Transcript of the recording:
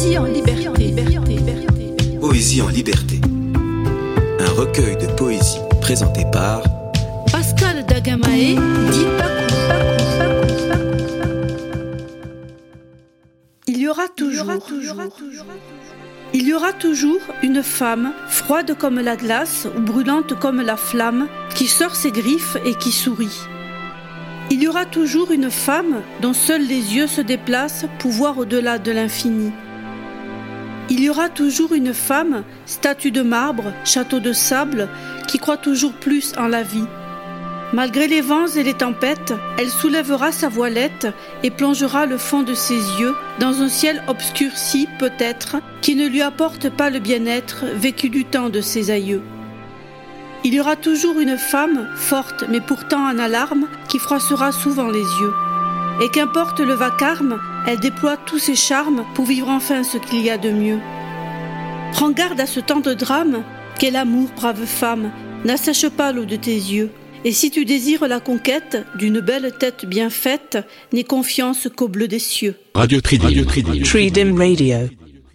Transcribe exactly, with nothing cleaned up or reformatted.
Poésie en liberté. Poésie en liberté. Un recueil de poésie présenté par Pascal Dagamae, dit Il y aura toujours, il y aura toujours, il y aura toujours une femme, froide comme la glace ou brûlante comme la flamme, qui sort ses griffes et qui sourit. Il y aura toujours une femme dont seuls les yeux se déplacent pour voir au-delà de l'infini. Il y aura toujours une femme, statue de marbre, château de sable, qui croit toujours plus en la vie. Malgré les vents et les tempêtes, elle soulèvera sa voilette et plongera le fond de ses yeux dans un ciel obscurci peut-être, qui ne lui apporte pas le bien-être vécu du temps de ses aïeux. Il y aura toujours une femme, forte mais pourtant en alarme, qui froissera souvent les yeux. Et qu'importe le vacarme, elle déploie tous ses charmes pour vivre enfin ce qu'il y a de mieux. Prends garde à ce temps de drame, qu'est l'amour, brave femme, n'assèche pas l'eau de tes yeux. Et si tu désires la conquête d'une belle tête bien faite, n'aie confiance qu'au bleu des cieux. Radio Tridim. Radio Tridim. Tridim Radio.